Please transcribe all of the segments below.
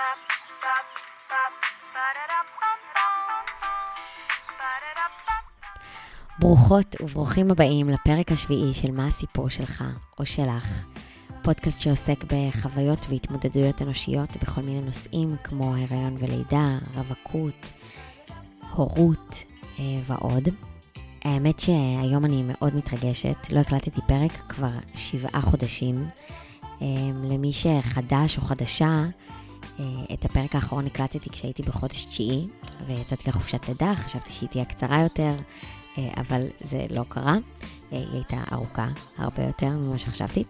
ברוכות וברוכים הבאים לפרק השביעי של מה הסיפור שלך או שלך. פודקאסט שעוסק בחוויות והתמודדויות אנושיות בכל מיני נושאים כמו הריון ולידה, רווקות, הורות ועוד. האמת שהיום אני מאוד מתרגשת, לא הקלטתי פרק כבר 7 חודשים. למי שחדש או חדשה, את הפרק האחרון הקלטתי כשהייתי בחודש 9 ויצאתי לחופשת לידה, חשבתי שהיא תהיה קצרה יותר, אבל זה לא קרה, היא הייתה ארוכה הרבה יותר ממה שחשבתי.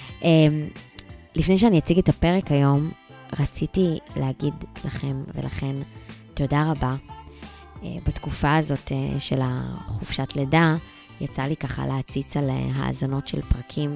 לפני שאני אציג את הפרק היום, רציתי להגיד לכם ולכן תודה רבה. בתקופה הזאת של החופשת לידה, יצא לי ככה להציץ על האזנות של פרקים,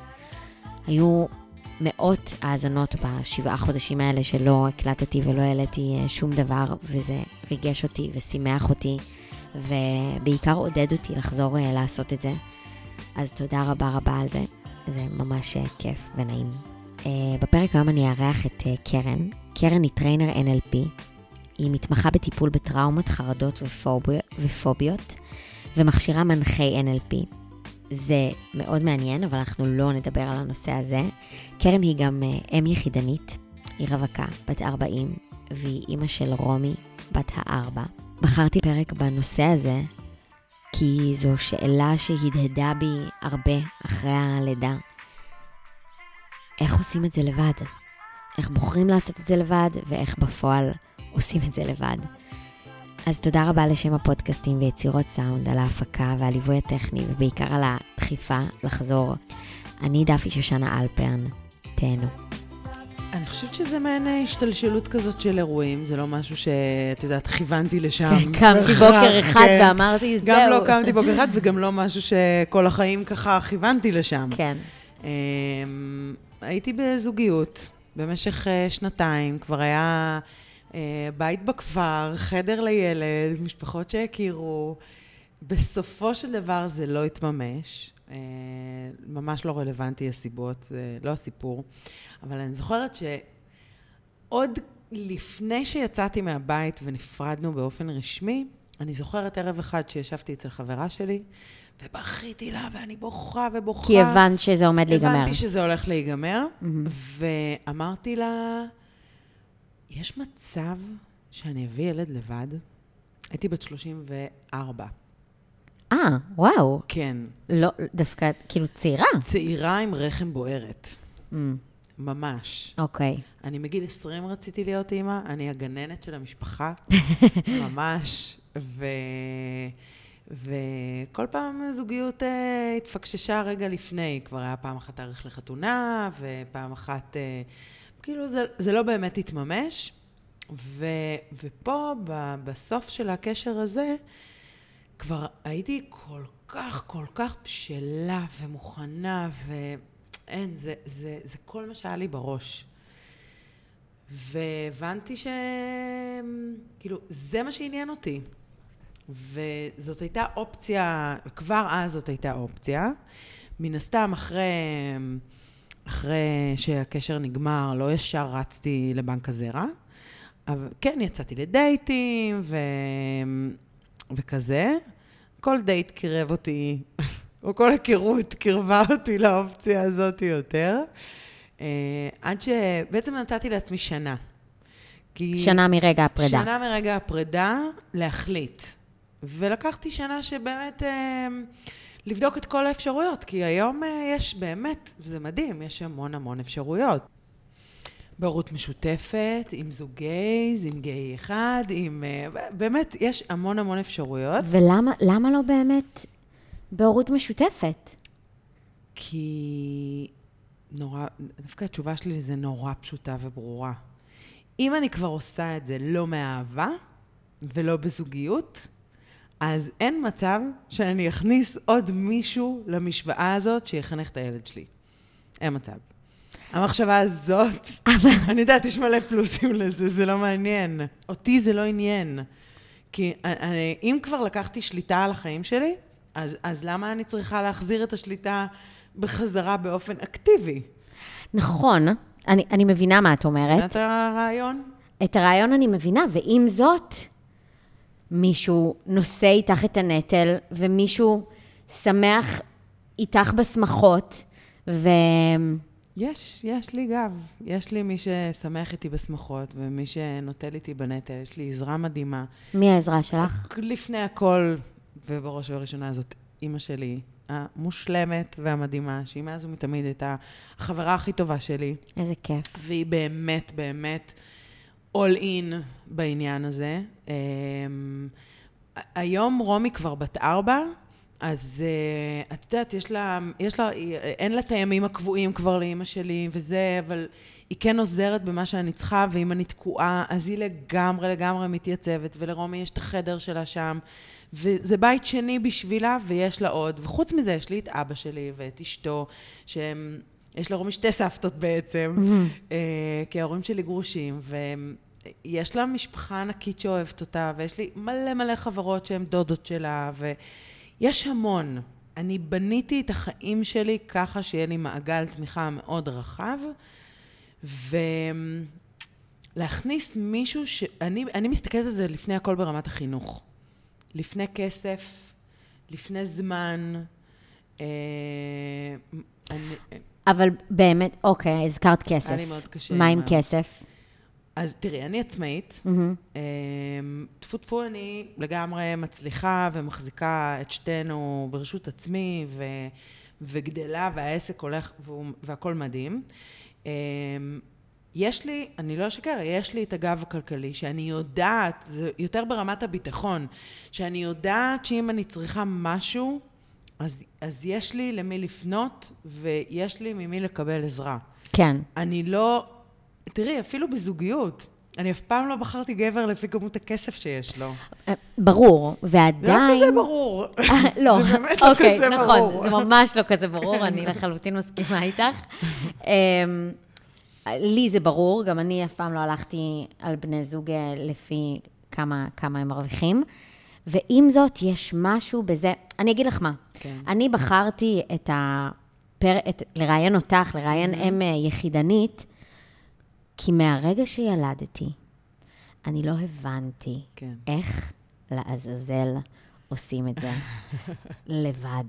והיו מאות האזנות ב7 חודשים האלה שלא הקלטתי ולא העליתי שום דבר, וזה ריגש אותי ושימח אותי, ובעיקר עודד אותי לחזור לעשות את זה. אז תודה רבה רבה על זה, זה ממש כיף ונעים. בפרק היום אני אארח את קרן. קרן היא טריינר NLP, היא מתמחה בטיפול בטראומות, חרדות ופוביות, ומכשירה מנחי NLP. זה מאוד מעניין, אבל אנחנו לא נדבר על הנושא הזה. קרן היא גם אם יחידנית, היא רווקה, בת 40, והיא אימא של רומי, בת 4. בחרתי פרק בנושא הזה, כי זו שאלה שהדהדה בי הרבה אחרי הלידה. איך עושים את זה לבד? איך בוחרים לעשות את זה לבד, ואיך בפועל עושים את זה לבד. אז תודה רבה לשם הפודקאסטים ויצירות סאונד, על ההפקה והליווי הטכני, ובעיקר על הדחיפה לחזור. אני דפי שושנה אלפרן, תהנו. אני חושבת שזה מעין השתלשלות כזאת של אירועים, זה לא משהו שאת יודעת, כיוונתי לשם. קמתי בוקר אחד ואמרתי, זהו. גם לא קמתי בוקר אחד, וגם לא משהו שכל החיים ככה כיוונתי לשם. כן. הייתי בזוגיות במשך 2, כבר היה בית בכפר, חדר לילד, משפחות שהכירו. בסופו של דבר זה לא התממש. ממש לא רלוונטי הסיבות, זה לא הסיפור. אבל אני זוכרת שעוד לפני שיצאתי מהבית ונפרדנו באופן רשמי, אני זוכרת ערב אחד שישבתי אצל חברה שלי, ובכיתי לה, ואני בוכה ובוכה. כי הבנת שזה עומד להיגמר. הבנתי שזה הולך להיגמר, ואמרתי לה, יש מצב שאני אביא ילד לבד? הייתי בת 34. וואו. כן. לא, דווקא, כאילו צעירה. צעירה עם רחם בוערת. ממש. אוקיי. אני מגיל 20 רציתי להיות אימא, אני הגננת של המשפחה. ממש. וכל פעם זוגיות התפקששה רגע לפני. כבר היה פעם אחת תאריך לחתונה, ופעם אחת, כאילו זה לא באמת התממש. ופה, בסוף של הקשר הזה, כבר הייתי כל כך בשלה ומוכנה, ואין, זה כל מה שהיה לי בראש. והבנתי כאילו, זה מה שעניין אותי. וזאת הייתה אופציה, כבר אז זאת הייתה אופציה. מן הסתם, אחרי שהקשר נגמר, לא ישר רצתי לבנק הזרע, אבל כן, יצאתי לדייטים וכזה. כל דייט קירב אותי, או כל היכרות קירבה אותי לאופציה הזאת יותר. עד שבעצם נתתי לעצמי שנה. שנה מרגע הפרידה. שנה מרגע הפרידה להחליט. ולקחתי שנה שבאמת לבדוק את כל האפשרויות, כי היום יש באמת, וזה מדהים, יש המון אפשרויות. בהורות משותפת, עם זוג גייז, עם גיי אחד, באמת יש המון אפשרויות. ולמה לא באמת בהורות משותפת? כי דווקא התשובה שלי זה נורא פשוטה וברורה. אם אני כבר עושה את זה לא מאהבה ולא בזוגיות, אז אין מצב שאני אכניס עוד מישהו למשוואה הזאת שיחנך את הילד שלי. אין מצב. המחשבה הזאת, אני יודעת, יש מלא פלוסים לזה, זה לא מעניין. אותי זה לא עניין. כי אם כבר לקחתי שליטה על החיים שלי, אז למה אני צריכה להחזיר את השליטה בחזרה באופן אקטיבי? נכון, אני מבינה מה את אומרת. את הרעיון? את הרעיון אני מבינה, ועם זאת, מישהו נושא איתך את הנטל, ומישהו שמח איתך בשמחות, יש לי גב. יש לי מי ששמח איתי בשמחות, ומי שנוטל איתי בנטל. יש לי עזרה מדהימה. מי העזרה שלך? לפני הכל, ובראש ובראשונה זאת אמא שלי, המושלמת והמדהימה, שהיא מאז ומתמיד הייתה החברה הכי טובה שלי. איזה כיף. והיא באמת, באמת all in בעניין הזה. היום רומי כבר בת 4, אז את יודעת, אין לה את הימים הקבועים כבר לאמא שלי וזה, אבל היא כן עוזרת במה שאני צריכה, ואם אני תקועה, אז היא לגמרי מתייצבת, ולרומי יש את החדר שלה שם, וזה בית שני בשבילה, ויש לה עוד. וחוץ מזה, יש לי את אבא שלי ואת אשתו, יש לרומי 2 סבתות בעצם, כי ההורים שלי גרושים, ויש לה משפחה ענקית שאוהבת אותה, ויש לי מלא חברות שהן דודות שלה, ויש המון. אני בניתי את החיים שלי ככה שיהיה לי מעגל תמיכה מאוד רחב, ולהכניס מישהו אני מסתכלת על זה לפני הכל ברמת החינוך. לפני כסף, לפני זמן. אבל באמת, אוקיי, הזכרת כסף. היה לי מאוד קשה. מה עם כסף? אז תראי, אני עצמאית. טפו, אני לגמרי מצליחה ומחזיקה את שתינו ברשות עצמי, וגדלה, והעסק הולך, והכל מדהים. יש לי, אני לא אשקר, יש לי את הגב הכלכלי, שאני יודעת, זה יותר ברמת הביטחון, שאני יודעת שאם אני צריכה משהו, אז יש לי למי לפנות, ויש לי ממי לקבל עזרה. כן. אני לא, תראי, אפילו בזוגיות, אני אף פעם לא בחרתי גבר לפי כמות הכסף שיש לו. ברור, ועדיין... זה לא כזה ברור. לא, זה באמת לא כזה ברור. נכון, זה ממש לא כזה ברור, אני לחלוטין מסכימה איתך. לי זה ברור, גם אני אף פעם לא הלכתי על בני זוג לפי כמה הם מרוויחים, ועם זאת יש משהו בזה, אני אגיד לך מה, אני בחרתי לראיין אותך, לראיין אם יחידנית, כי מהרגע שילדתי, אני לא הבנתי איך לעזאזל עושים את זה לבד.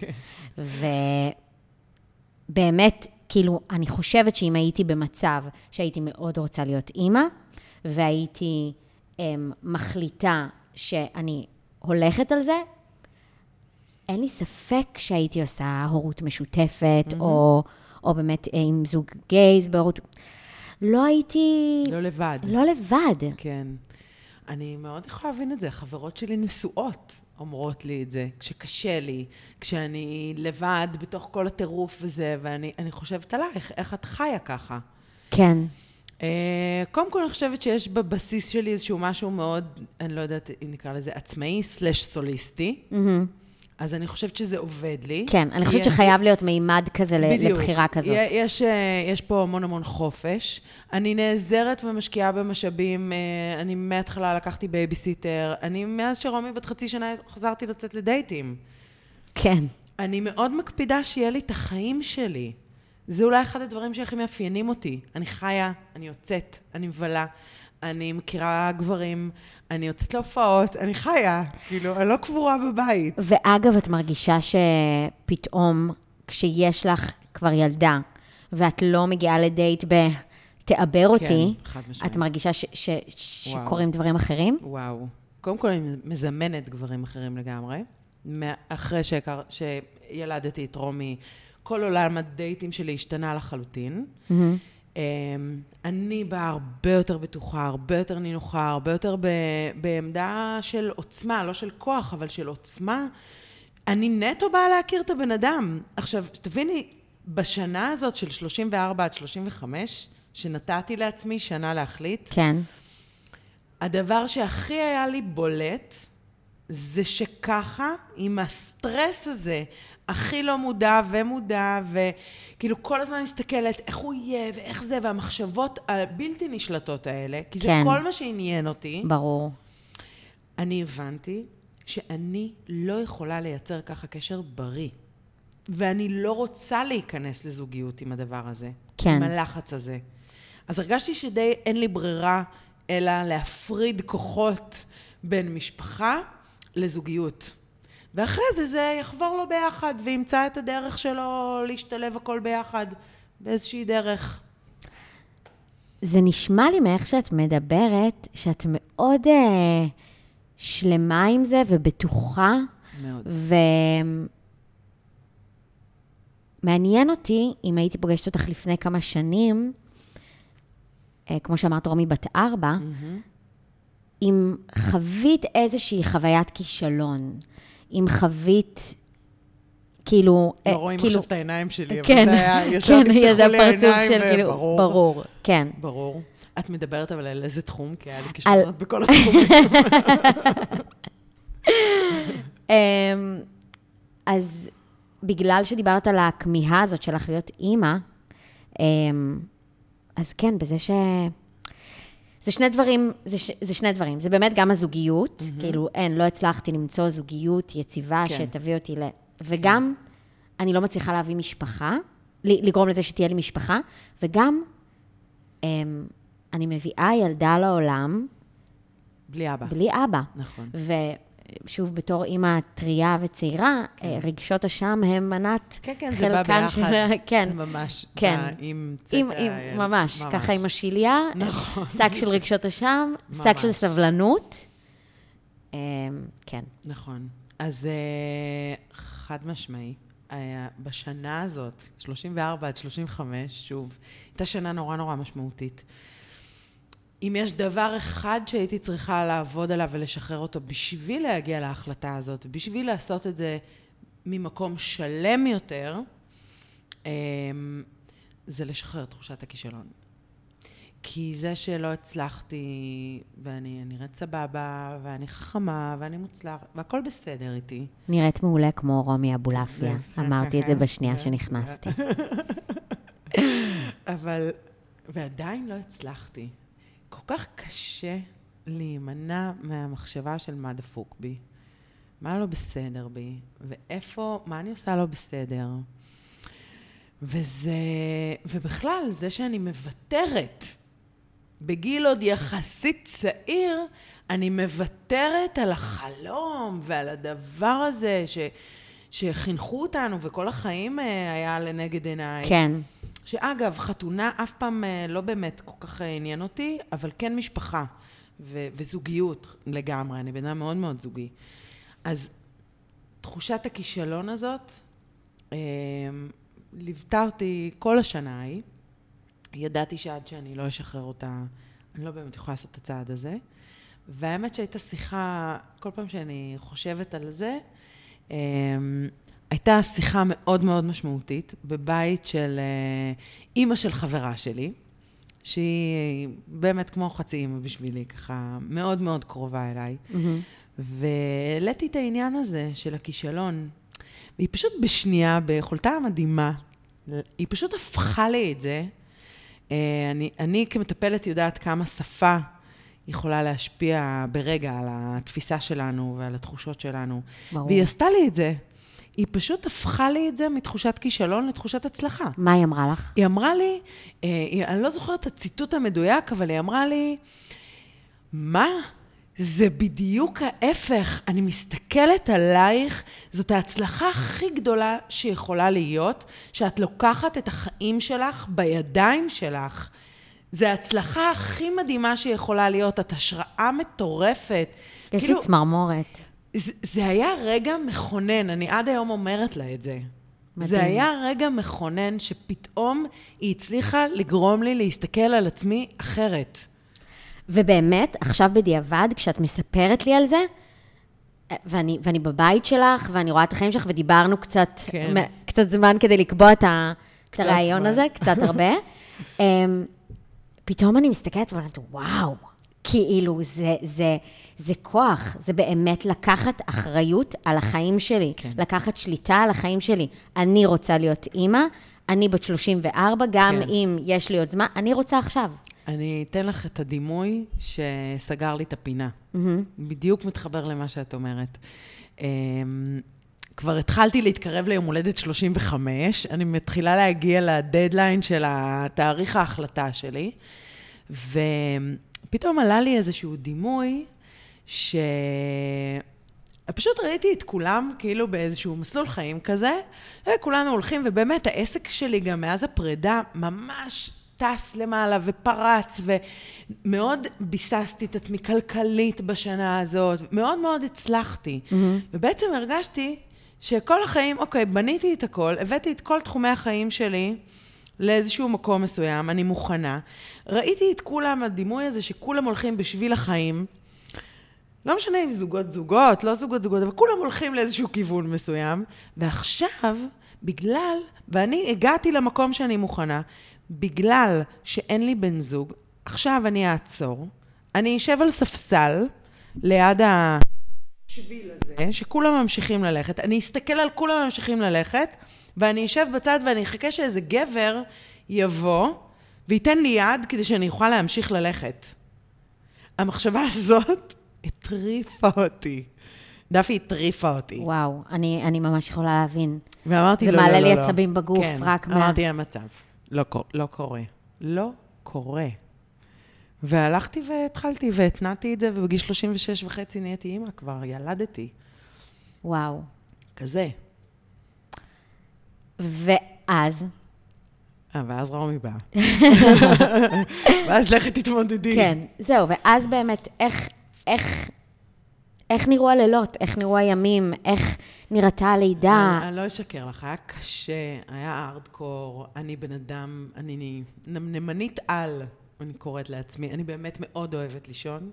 ובאמת, כאילו, אני חושבת שאם הייתי במצב שהייתי מאוד רוצה להיות אימא, והייתי מחליטה שאני הולכת על זה, אין לי ספק שהייתי עושה הורות משותפת, או באמת עם זוג גייז בהורות. לא הייתי... לא לבד. לא לבד. כן. אני מאוד יכולה להבין את זה. חברות שלי נשואות אומרות לי את זה, כשקשה לי, כשאני לבד בתוך כל הטירוף וזה, ואני חושבת עלייך, איך את חיה ככה? כן. קודם כל אני חושבת שיש בבסיס שלי איזשהו משהו מאוד, אני לא יודעת אם נקרא לזה עצמאי, סוליסטי. אז אני חושבת שזה עובד לי. כן, אני חושבת שחייב להיות מימד כזה לבחירה כזאת. יש פה המון חופש. אני נעזרת ומשקיעה במשאבים. אני מההתחלה לקחתי בייביסיטר. אני מאז שרומי בת 0.5 שנה חזרתי לצאת לדייטים. כן. אני מאוד מקפידה שיהיה לי את החיים שלי. זה אולי אחד הדברים שהכי מאפיינים אותי. אני חיה, אני יוצאת, אני מבלה. אני מכירה גברים, אני יוצאת להופעות, אני חיה, כאילו, אני לא קבורה בבית. ואגב, את מרגישה שפתאום, כשיש לך כבר ילדה, ואת לא מגיעה לדייט תעבר אותי, את מרגישה שקורים דברים אחרים? וואו. קודם כל, אני מזמנת גברים אחרים לגמרי. אחרי שילדתי את רומי, כל עולם הדייטים שלי השתנה לחלוטין. אני באה הרבה יותר בטוחה, הרבה יותר נינוחה, הרבה יותר בעמדה של עוצמה, לא של כוח, אבל של עוצמה. אני נטו באה להכיר את הבן אדם. עכשיו, תביני, בשנה הזאת של 34 עד 35, שנתתי לעצמי שנה להחליט, כן. הדבר שהכי היה לי בולט, זה שככה, עם הסטרס הזה, הכי לא מודע ומודע, וכאילו כל הזמן מסתכלת איך הוא יהיה ואיך זה, והמחשבות הבלתי נשלטות האלה, כי זה כל מה שעניין אותי. ברור. אני הבנתי שאני לא יכולה לייצר ככה קשר בריא, ואני לא רוצה להיכנס לזוגיות עם הדבר הזה. כן. עם הלחץ הזה. אז הרגשתי שדי אין לי ברירה, אלא להפריד כוחות בין משפחה לזוגיות. ואחרי זה יחבור לו ביחד, וימצא את הדרך שלו להשתלב הכל ביחד, באיזושהי דרך. זה נשמע לי מאיך שאת מדברת, שאת מאוד שלמה עם זה ובטוחה. מאוד. ומעניין אותי, אם הייתי פוגשת אותך לפני כמה שנים, כמו שאמרת רומי בת 4, אם חווית איזושהי חוויית כישלון, אם חווית, כאילו... לא רואים עכשיו את העיניים שלי, אבל כן, זה היה, ישר נפתחו לי העיניים, ברור, כן. ברור. את מדברת אבל על איזה תחום, כי היה לי כישלונות בכל התחומים. אז בגלל שדיברת על הכמיהה הזאת שלך להיות אימא, אז כן, בזה זה שני דברים, זה שני דברים. זה באמת גם הזוגיות, כאילו לא הצלחתי למצוא זוגיות יציבה שתביא אותי וגם אני לא מצליחה להביא משפחה, לגרום לזה שתהיה לי משפחה, וגם אני מביאה ילדה לעולם. בלי אבא. בלי אבא. נכון. ושוב, בתור אימא טריה וצעירה, רגשות השם הם מנת כן, זה בא ביחד. זה ממש. כן. עם צטע. ממש. ככה עם השיליה. נכון. שק של רגשות השם, שק של סבלנות. כן. נכון. אז חד משמעי. בשנה הזאת, 34 עד 35, שוב, הייתה שנה נורא נורא משמעותית. אם יש דבר אחד שהייתי צריכה לעבוד עליו ולשחרר אותו בשביל להגיע להחלטה הזאת, בשביל לעשות את זה ממקום שלם יותר, זה לשחרר תחושת הכישלון. כי זה שלא הצלחתי, ואני נראית סבבה, ואני חכמה, ואני מוצלחת, והכל בסדר איתי. נראית מעולה כמו רומי אבולעפיה. אמרתי את זה בשנייה שנכנסתי. אבל, ועדיין לא הצלחתי. כל כך קשה להימנע מהמחשבה של מה דפוק בי. מה לא בסדר בי? ואיפה, מה אני עושה לא בסדר? ובכלל, זה שאני מוותרת, בגיל עוד יחסית צעיר, אני מוותרת על החלום ועל הדבר הזה שחינכו אותנו, וכל החיים היה לנגד עיניי. כן. שאגב, חתונה אף פעם לא באמת כל כך עניין אותי, אבל כן משפחה וזוגיות לגמרי. אני בן אדם מאוד מאוד זוגי. אז תחושת הכישלון הזאת ליוותה אותי כל השנה ההיא. ידעתי שעד שאני לא אשחרר אותה, אני לא באמת יכולה לעשות את הצעד הזה. והאמת שהייתה שיחה, כל פעם שאני חושבת על זה, הייתה שיחה מאוד מאוד משמעותית בבית של אימא של חברה שלי, שהיא באמת כמו חצי אימא בשבילי, ככה מאוד מאוד קרובה אליי. והעליתי את העניין הזה של הכישלון, והיא פשוט בשנייה, ביכולתה המדהימה, היא פשוט הפכה לי את זה. אני כמטפלת יודעת כמה שפה יכולה להשפיע ברגע על התפיסה שלנו ועל התחושות שלנו. ברור. והיא עשתה לי את זה. היא פשוט הפכה לי את זה מתחושת כישלון לתחושת הצלחה. מה היא אמרה לך? היא אמרה לי, אני לא זוכרת את הציטוט המדויק, אבל היא אמרה לי, מה? זה בדיוק ההפך. אני מסתכלת עלייך, זאת ההצלחה הכי גדולה שיכולה להיות, שאת לוקחת את החיים שלך בידיים שלך. זה ההצלחה הכי מדהימה שיכולה להיות, את השראה מטורפת. יש לי צמרמורת. זה היה רגע מכונן, אני עד היום אומרת לה את זה. מדהים. זה היה רגע מכונן שפתאום היא הצליחה לגרום לי להסתכל על עצמי אחרת. ובאמת, עכשיו בדיעבד, כשאת מספרת לי על זה, ואני בבית שלך, ואני רואה את החיים שלך, ודיברנו קצת זמן כדי לקבוע את הרעיון הזה, קצת הרבה, פתאום אני מסתכלת ואומרת, וואו, כאילו זה כוח, זה באמת לקחת אחריות על החיים שלי, לקחת שליטה על החיים שלי. אני רוצה להיות אימא, אני בת 34, גם אם יש לי עוד זמן, אני רוצה עכשיו. אני אתן לך את הדימוי שסגר לי את הפינה. בדיוק מתחבר למה שאת אומרת. כבר התחלתי להתקרב ליום הולדת 35, אני מתחילה להגיע לדדליין של התאריך ההחלטה שלי, ופתאום עלה לי איזשהו דימוי, פשוט ראיתי את כולם כאילו באיזשהו מסלול חיים כזה, וכולנו הולכים, ובאמת העסק שלי גם מאז הפרידה ממש טס למעלה ופרץ, ומאוד ביססתי את עצמי כלכלית בשנה הזאת, מאוד מאוד הצלחתי. ובעצם הרגשתי שכל החיים, אוקיי, בניתי את הכל, הבאתי את כל תחומי החיים שלי לאיזשהו מקום מסוים, אני מוכנה. ראיתי את כולם, הדימוי הזה שכולם הולכים בשביל החיים, לא משנה אם זוגות, לא זוגות, אבל כולם הולכים לאיזשהו כיוון מסוים, ועכשיו, ואני הגעתי למקום שאני מוכנה, בגלל שאין לי בן זוג, עכשיו אני אעצור, אני אשב על ספסל, ליד השביל הזה, שכולם ממשיכים ללכת, אני אסתכל על כולם ממשיכים ללכת, ואני אשב בצד ואני אחכה שאיזה גבר יבוא, וייתן לי יד כדי שאני אוכל להמשיך ללכת. המחשבה הזאת הטריפה אותי. דפי הטריפה אותי. וואו, אני ממש יכולה להבין. ואמרתי, זה מעלה לי עצבים בגוף, כן, רק אמרתי, המצב. לא קורה. לא קורה. והלכתי והתחלתי והתנעתי את זה, ובגיל 36 וחצי נהייתי אימא כבר, ילדתי. וואו. כזה. ואז? ואז רומי באה. ואז לכת תתמודדי. כן, זהו, ואז באמת, איך נראו הלילות, איך נראו הימים, איך נראתה הלידה? אני לא אשקר לך, היה קשה, היה ארדקור, אני בן אדם, אני נמנית על, אני קוראת לעצמי, אני באמת מאוד אוהבת לישון.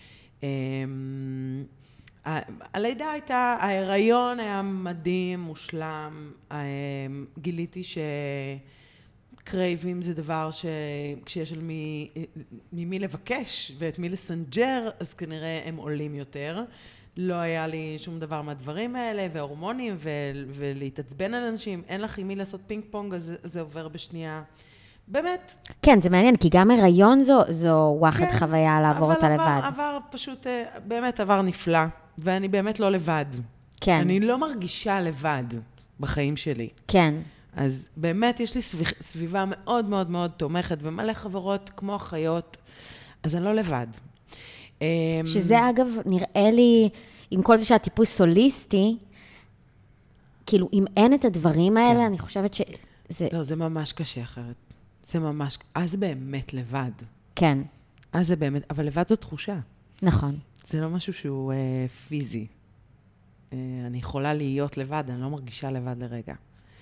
הלידה הייתה, ההיריון היה מדהים, מושלם, גיליתי קרייבים זה דבר שכשיש על ממי לבקש ואת מי לסנג'ר, אז כנראה הם עולים יותר. לא היה לי שום דבר מהדברים האלה, והורמונים, ולהתעצבן על אנשים. אין לך עם מי לעשות פינג פונג, אז זה עובר בשנייה. באמת. כן, זה מעניין, כי גם הריון זו וואחד חוויה לעבור אותה לבד. אבל עבר פשוט, באמת עבר נפלא, ואני באמת לא לבד. כן. אני לא מרגישה לבד בחיים שלי. כן. אז באמת יש לי סביבה מאוד מאוד מאוד תומכת, ומלא חברות כמו החיות, אז אני לא לבד. שזה אגב נראה לי, עם כל זה שהטיפוס סוליסטי, כאילו אם אין את הדברים האלה, כן. אני חושבת שזה... לא, זה ממש קשה אחרת. זה ממש, אז באמת לבד. כן. אז זה באמת, אבל לבד זו תחושה. נכון. זה לא משהו שהוא פיזי. אני יכולה להיות לבד, אני לא מרגישה לבד לרגע.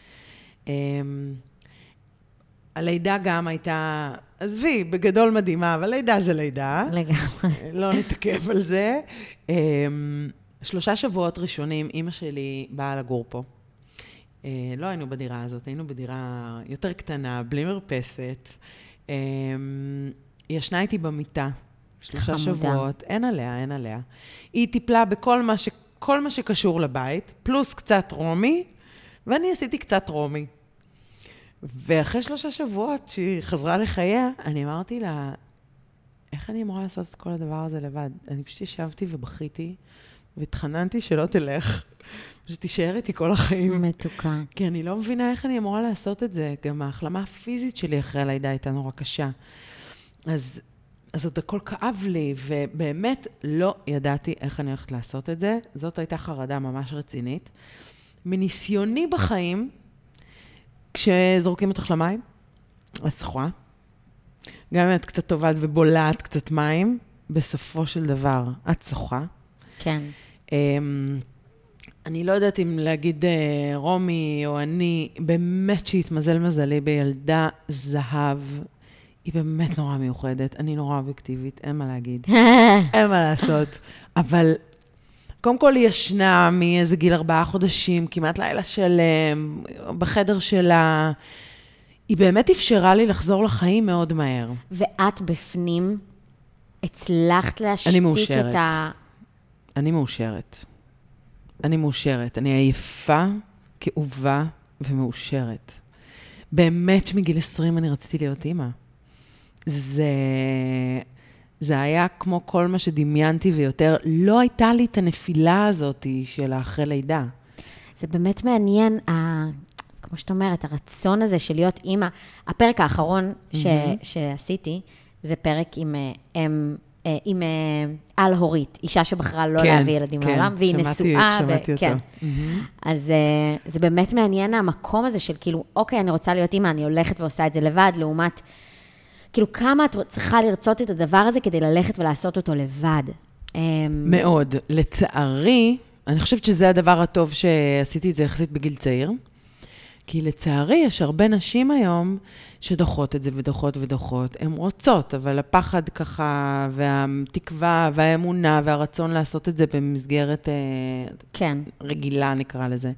הלידה גם הייתה, עזבי, בגדול מדהימה, אבל לידה זה לידה. לגמרי. לא נתעכב על זה. 3 שבועות ראשונים, אמא שלי באה לגור פה. לא היינו בדירה הזאת, היינו בדירה יותר קטנה, בלי מרפסת. היא ישנה איתי במיטה, 3 שבועות, אין עליה. היא טיפלה כל מה שקשור לבית, פלוס קצת רומי, ואני עשיתי קצת רומי. ואחרי 3 שבועות שהיא חזרה לחייה, אני אמרתי לה, איך אני אמורה לעשות את כל הדבר הזה לבד? אני פשוט ישבתי ובכיתי, והתחננתי שלא תלך, שתישאר איתי כל החיים. מתוקה. כי אני לא מבינה איך אני אמורה לעשות את זה. גם ההחלמה הפיזית שלי אחרי הלידה הייתה נורא קשה. אז עוד הכל כאב לי, ובאמת לא ידעתי איך אני הולכת לעשות את זה. זאת הייתה חרדה ממש רצינית. מניסיוני בחיים, כשזורקים אותך למים, אז שחואה. גם אם את קצת טובעת ובולעת קצת מים, בסופו של דבר את שחה. כן. אני לא יודעת אם להגיד רומי או אני, באמת שהתמזל מזלי בילדה זהב, היא באמת נורא מיוחדת, אני נורא אובייקטיבית, אין מה להגיד, אין מה לעשות, אבל קודם כל היא ישנה מאיזה גיל 4 חודשים, כמעט לילה שלם, בחדר שלה, היא באמת אפשרה לי לחזור לחיים מאוד מהר. ואת בפנים הצלחת להשתיק את ה... אני מאושרת. אני עייפה, כאובה ומאושרת. באמת שמגיל 20 אני רציתי להיות אימא. זה היה כמו כל מה שדמיינתי ויותר. לא הייתה לי את הנפילה הזאת של אחרי לידה. זה באמת מעניין, כמו שאת אומרת, הרצון הזה של להיות אימא. הפרק האחרון שעשיתי, זה פרק עם על-הורית, אישה שבחרה לא להביא ילדים לעולם, והיא נשואה. שמעתי אותו. אז זה באמת מעניין המקום הזה של כאילו, אוקיי, אני רוצה להיות אימא, אני הולכת ועושה את זה לבד, לעומת, כאילו, כמה את צריכה לרצות את הדבר הזה כדי ללכת ולעשות אותו לבד. מאוד. לצערי, אני חושבת שזה הדבר הטוב שעשיתי את זה יחסית בגיל צעיר, כי לצערי יש הרבה נשים היום שדוחות את זה ודוחות ודוחות. הן רוצות, אבל הפחד ככה, והתקווה והאמונה והרצון לעשות את זה במסגרת כן. רגילה, נקרא לזה.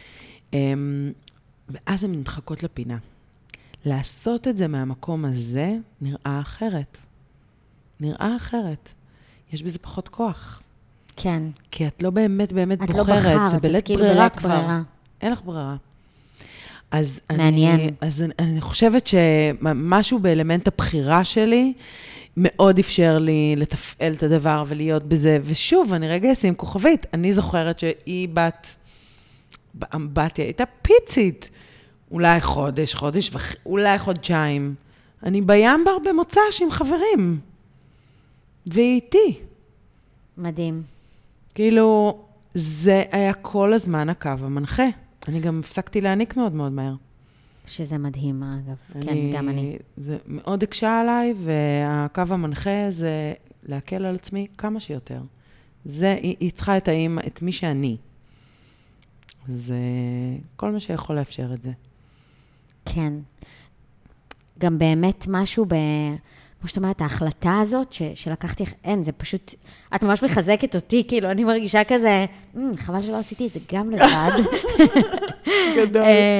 ואז הן נדחקות לפינה. לעשות את זה מהמקום הזה נראה אחרת. נראה אחרת. יש בזה פחות כוח. כן. כי את לא באמת באמת את בוחרת. לא בחרת, זה בלית כאילו ברירה בלית כבר. ברירה. אין לך ברירה. אז מעניין. אני חושבת שמשהו באלמנט הבחירה שלי, מאוד אפשר לי לתפעל את הדבר ולהיות בזה. ושוב, אני רגע אשים כוכבית. אני זוכרת שהיא באמבטיה, הייתה פיצית. אולי חודש, אולי חודשיים. אני בים בר במוצ"ש עם חברים. והיא איתי. מדהים. כאילו, זה היה כל הזמן הקו המנחה. אני גם הפסקתי להעניק מאוד מאוד מהר. שזה מדהים, אגב. כן, גם אני. זה מאוד הקשה עליי, והקו המנחה זה להקל על עצמי כמה שיותר. היא צריכה את מי שאני. זה כל מה שיכול לאפשר את זה. כן. גם באמת משהו כמו שאת אומרת, ההחלטה הזאת שלקחתי, אין, זה פשוט, את ממש מחזקת אותי, כאילו, אני מרגישה כזה, חבל שלא עשיתי את זה גם לבד. גדול.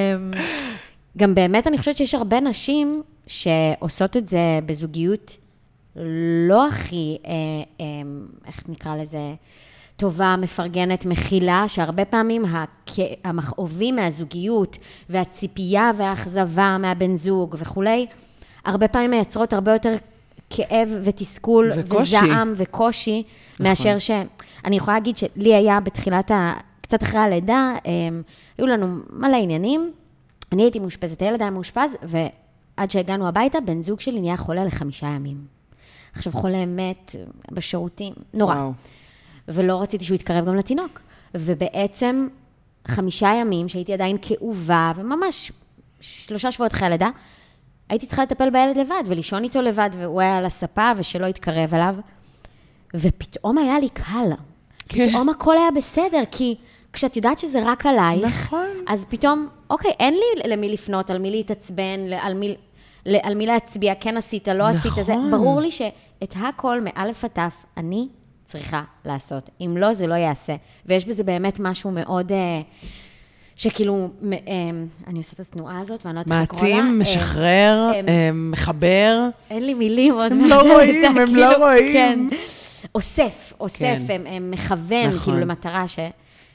גם באמת אני חושבת שיש הרבה נשים שעושות את זה בזוגיות לא הכי, איך נקרא לזה, טובה, מפרגנת, מכילה, שהרבה פעמים המכאובים מהזוגיות והציפייה והאכזבה מהבן זוג וכולי, הרבה פעמים מייצרות הרבה יותר כאב ותסכול וזעם וקושי, מאשר אני יכולה להגיד שלי היה בתחילת, קצת אחרי הלידה, היו לנו מלא עניינים, אני הייתי מאושפזת, הילד היה מאושפז, ועד שהגענו הביתה, בן זוג שלי נהיה חולה ל5 ימים. עכשיו חולה מת בשירותים, נורא. וואו. ולא רציתי שהוא יתקרב גם לתינוק. ובעצם 5 ימים שהייתי עדיין כאובה, וממש 3 שבועות אחרי הלידה, הייתי צריכה לטפל בילד לבד, ולישון איתו לבד, והוא היה על הספה, ושלא יתקרב אליו. ופתאום היה לי קל. פתאום הכל היה בסדר, כי כשאת יודעת שזה רק עלייך, נכון. אז פתאום, אוקיי, אין לי למי לפנות, על מי להתעצבן, על מי להצביע, כן עשית, לא עשית, זה ברור לי שאת הכל מאלף עד תף, אני צריכה לעשות. אם לא, זה לא יעשה. ויש בזה באמת משהו מאוד, שכאילו, אני עושה את התנועה הזאת, ואני לא יודעת לקרוא לה. מעצים, משחרר, מחבר. אין לי מילים עוד. הם לא רואים, הם לא רואים. כן. אוסף, מכוון, כאילו למטרה ש...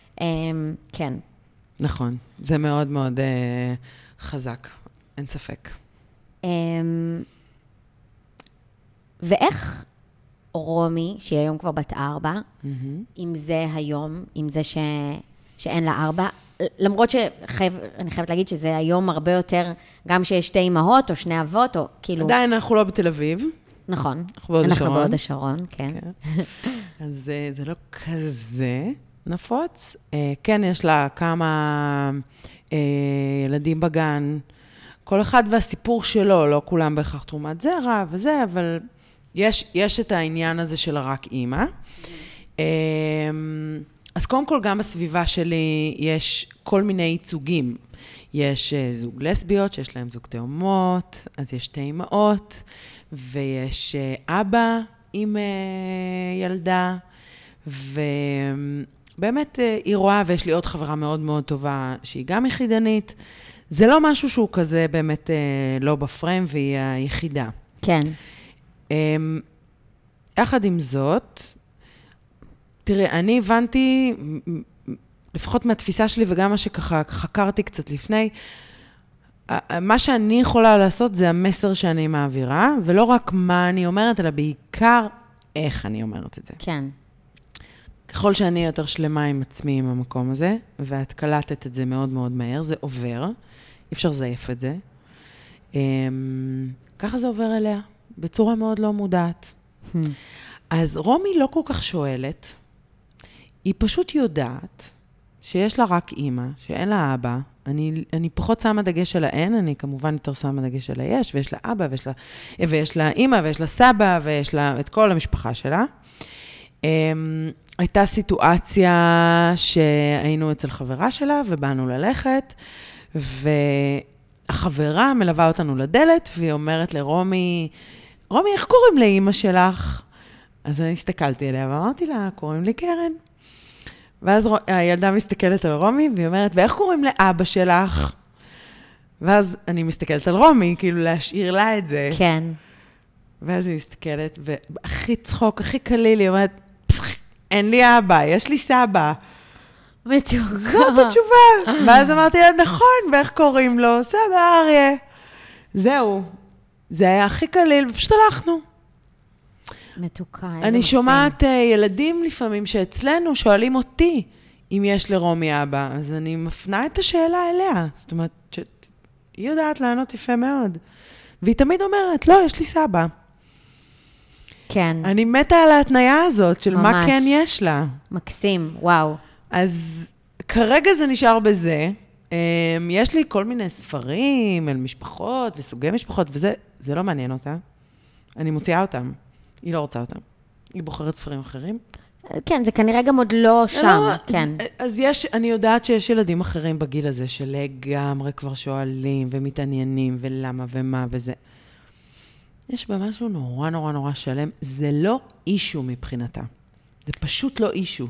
כן. נכון. זה מאוד מאוד חזק. אין ספק. ואיך רומי, שהיא היום כבר בת 4, עם זה היום, עם זה שאין לה 4, למרות שאני חייבת להגיד שזה היום הרבה יותר, גם שיש 2 אמהות או 2 אבות, או כאילו... עדיין אנחנו לא בתל אביב. נכון. אנחנו בהוד השרון, כן. אז זה לא כזה נפוץ. כן, יש לה כמה ילדים בגן, כל אחד והסיפור שלו, לא כולם בהכרח תרומת זרע וזה, אבל יש את העניין הזה של רק אימא. אז קודם כל, גם בסביבה שלי יש כל מיני ייצוגים. יש זוג לסביות שיש להם זוג תאומות, אז יש 2 אמהות, ויש אבא עם ילדה, ובאמת היא רואה, ויש לי עוד חברה מאוד מאוד טובה, שהיא גם יחידנית. זה לא משהו שהוא כזה באמת לא בפריים, והיא היחידה. כן. יחד עם זאת, תראי, אני הבנתי, לפחות מהתפיסה שלי וגם מה שככה חקרתי קצת לפני, מה שאני יכולה לעשות זה המסר שאני מעבירה, ולא רק מה אני אומרת, אלא בעיקר איך אני אומרת את זה. כן. ככל שאני יותר שלמה עם עצמי עם המקום הזה, ואת קלטת את זה מאוד מאוד מהר, זה עובר, אי אפשר לזייף את זה. ככה זה עובר אליה, בצורה מאוד לא מודעת. אז רומי לא כל כך שואלת, היא פשוט יודעת שיש לה רק אימא, שאין לה אבא. אני פחות שמה דגש על האין, אני כמובן יותר שמה דגש על היש, ויש לה אבא, ויש לה אימא, ויש לה סבא, ויש לה את כל המשפחה שלה. הייתה סיטואציה שהיינו אצל חברה שלה, ובאנו ללכת, והחברה מלווה אותנו לדלת, והיא אומרת לרומי, רומי, איך קוראים לאמא שלך? אז אני הסתכלתי עליה, ואמרתי לה, קוראים לי קרן. ואז הילדה מסתכלת על רומי, והיא אומרת, ואיך קוראים לאבא שלך? ואז אני מסתכלת על רומי, כאילו להשאיר לה את זה. כן. ואז היא מסתכלת, והכי צחוק, הכי קליל, היא אומרת, אין לי אבא, יש לי סבא. מתוקה. זאת התשובה. ואז אמרתי להם, נכון, ואיך קוראים לו? סבא אריה. זהו. זה היה הכי קליל, ופשוט הלכנו. מתוקה. אני שומעת ילדים לפעמים שאצלנו שואלים אותי אם יש לרומי אבא, אז אני מפנה את השאלה אליה. זאת אומרת, היא יודעת לענות יפה מאוד. והיא תמיד אומרת, לא, יש לי סבא. כן. אני מתה על ההתניה הזאת של ממש. מה כן יש לה. מקסים, וואו. אז כרגע זה נשאר בזה. יש לי כל מיני ספרים על משפחות וסוגי משפחות, וזה לא מעניין אותה. אני מוציאה אותם. היא לא רוצה אותם. היא בוחרת ספרים אחרים. כן, זה כנראה גם עוד לא שם, כן. אז אני יודעת שיש ילדים אחרים בגיל הזה, שלגמרי כבר שואלים ומתעניינים, ולמה ומה וזה. יש בה משהו נורא נורא נורא שלם. זה לא אישו מבחינתה. זה פשוט לא אישו.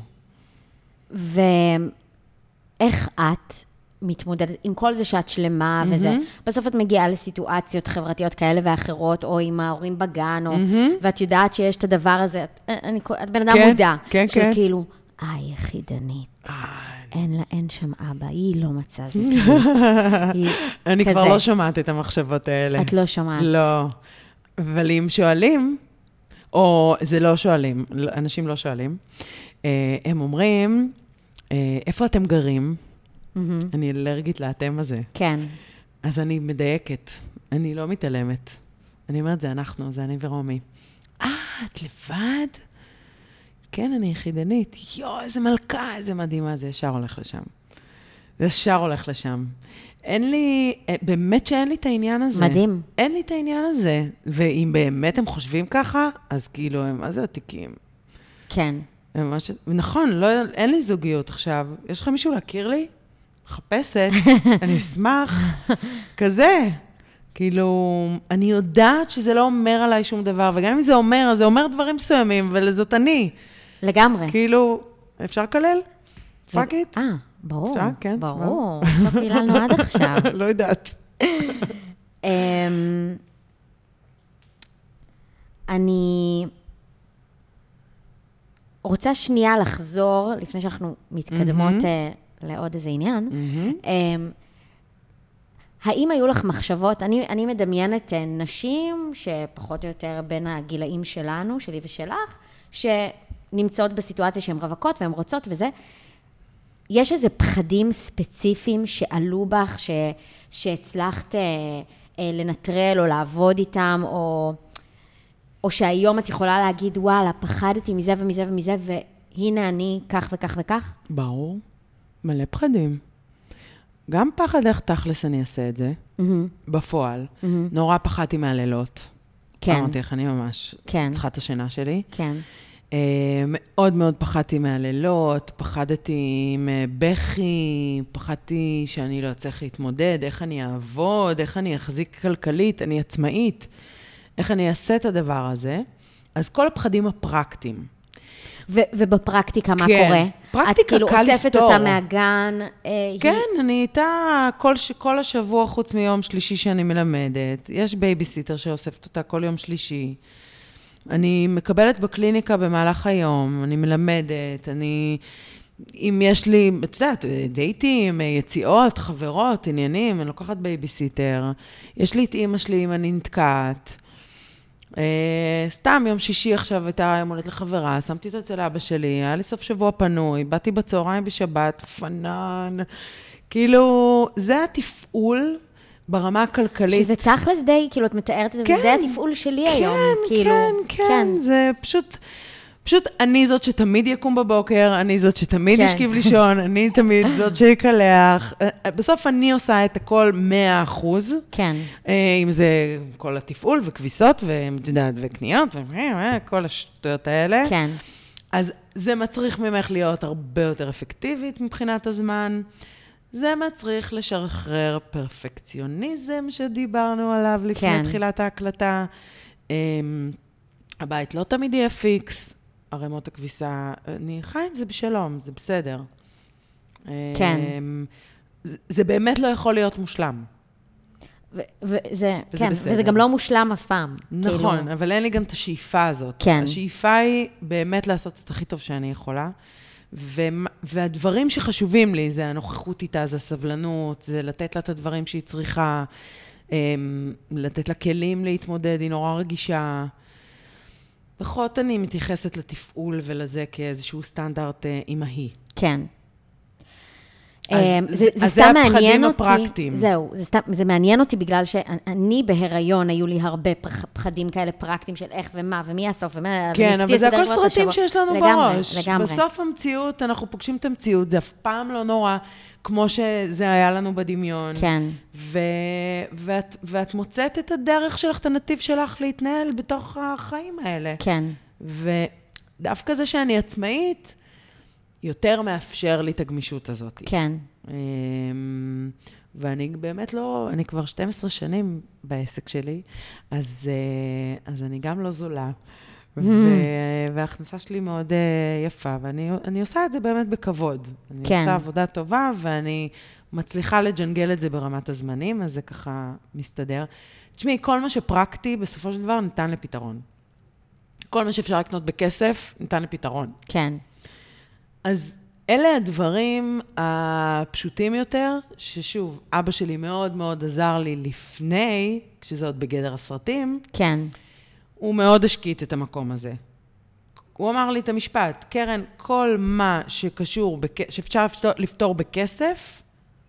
ואיך את מתמודדת עם כל זה שאת שלמה וזה? בסוף את מגיעה לסיטואציות חברתיות כאלה ואחרות, או עם ההורים בגן, ואת יודעת שיש את הדבר הזה, את בן אדם מודע, שכאילו, היא יחידנית. אין שם אבא, היא לא מצאה זוגיות. אני כבר לא שומעת את המחשבות האלה. את לא שומעת. לא. אבל אם שואלים, או זה לא שואלים, אנשים לא שואלים, הם אומרים, איפה אתם גרים? אני אלרגית לאתם הזה. כן. אז אני מדייקת, אני לא מתעלמת. אני אומרת, זה אנחנו, זה אני ורומי. את לבד? כן, אני יחידנית. איזה מלכה, איזה מדהימה, זה ישר הולך לשם. זה ישר הולך לשם. אין לי, באמת שאין לי את העניין הזה. מדהים. אין לי את העניין הזה. ואם באמת הם חושבים ככה, אז כאילו, מה זה עתיקים? כן. נכון, אין לי זוגיות עכשיו. יש לך מישהו להכיר לי? מחפשת, אני אשמח. כזה. כאילו, אני יודעת שזה לא אומר עליי שום דבר, וגם אם זה אומר, אז זה אומר דברים מסוימים, ולזאת אני. לגמרי. כאילו, אפשר לקלל? פאק איט? ברור. אפשר? כן, ברור. לא קיללנו עד עכשיו. לא יודעת. אני רוצה שנייה לחזור, לפני שאנחנו מתקדמות לעוד איזה עניין. האם היו לך מחשבות, אני מדמיינת נשים שפחות או יותר בין הגילאים שלנו, שלי ושלך, שנמצאות בסיטואציה שהן רווקות והן רוצות וזה, יש איזה פחדים ספציפיים שעלו בך, שהצלחת לנטרל או לעבוד איתם, או שהיום את יכולה להגיד, וואלה, פחדתי מזה ומזה ומזה, והנה אני כך וכך וכך? ברור. מלא פחדים. גם פחד איך תכלס אני אעשה את זה, בפועל. נורא פחדתי מהלילות. כן. אמרתי איך אני ממש צריכה את השינה שלי. כן. מאוד מאוד פחדתי מהלילות, פחדתי מבכי, פחדתי שאני לא אצליח להתמודד, איך אני אעבוד, איך אני אחזיק כלכלית, אני עצמאית, איך אני אעשה את הדבר הזה. אז כל הפחדים הפרקטיים. ובפרקטיקה מה קורה? פרקטיקה קל לפתור. את כאילו אוספת אותה מהגן? כן, אני איתה כל השבוע חוץ מיום שלישי שאני מלמדת. יש בייביסיטר שאוספת אותה כל יום שלישי. אני מקבלת בקליניקה במהלך היום, אני מלמדת, אם יש לי, את יודעת, דייטים, יציאות, חברות, עניינים, אני לוקחת בייביסיטר. יש לי את אמא שלי אם אני נתקעת. סתם יום שישי עכשיו הייתה יום הולדת לחברה, שמתי אותה אצל אבא שלי, היה לי סוף שבוע פנוי, באתי בצהריים בשבת, פנן, כאילו, זה התפעול ברמה הכלכלית. שזה תכלס די, כאילו, את מתארת את זה, זה התפעול שלי היום. כן, זה פשוט אני זאת שתמיד יקום בבוקר, אני זאת שתמיד ישכיב לישון, אני תמיד זאת שיקלח. בסוף אני עושה את הכל 100%. כן. אם זה כל התפעול וכביסות וקניות וכל השטויות האלה. כן. אז זה מצריך ממך להיות הרבה יותר אפקטיבית מבחינת הזמן. זה מצריך לשחרר פרפקציוניזם שדיברנו עליו לפני תחילת ההקלטה. הבית לא תמיד יהיה פיקס. הרמות הכביסה, אני חי עם זה בשלום, זה בסדר. כן. זה באמת לא יכול להיות מושלם. וזה גם לא מושלם אף פעם. נכון, אבל אין לי גם את השאיפה הזאת. כן. השאיפה היא באמת לעשות את הכי טוב שאני יכולה, והדברים שחשובים לי, זה הנוכחות איתה, זה הסבלנות, זה לתת לה את הדברים שהיא צריכה, לתת לה כלים להתמודד, היא נורא רגישה. פחות אני מתייחסת לתפעול ולזה כאיזשהו סטנדרט אימהי. כן. אז זה הפחדים הפרקטיים. זהו, זה מעניין אותי בגלל שאני בהיריון, היו לי הרבה פחדים כאלה פרקטיים של איך ומה, ומי הסוף, כן, אבל זה הכל סרטים שיש לנו בראש. לגמרי. בסוף המציאות, אנחנו פוגשים את המציאות, זה אף פעם לא נורא, כמו שזה היה לנו בדמיון. כן. ואת מוצאת את הדרך שלך, את הנתיב שלך להתנהל בתוך החיים האלה. כן. ודווקא זה שאני עצמאית, יותר מאפשר לי את הגמישות הזאת. כן. ואני באמת לא, אני כבר 12 שנים בעסק שלי, אז אני גם לא זולה. וההכנסה שלי מאוד יפה, ואני עושה את זה באמת בכבוד. אני עושה עבודה טובה, ואני מצליחה לג'נגל את זה ברמת הזמנים, אז זה ככה מסתדר. תשמעי, כל מה שפרקטי, בסופו של דבר, ניתן לפתרון. כל מה שאפשר לקנות בכסף, ניתן לפתרון. כן. אז אלה הדברים הפשוטים יותר, ששוב, אבא שלי מאוד מאוד עזר לי לפני, כשזה עוד בגדר הסרטים. כן. הוא מאוד השקיט את המקום הזה. הוא אמר לי את המשפט, קרן, כל מה שקשור, שאפשר לפתור בכסף,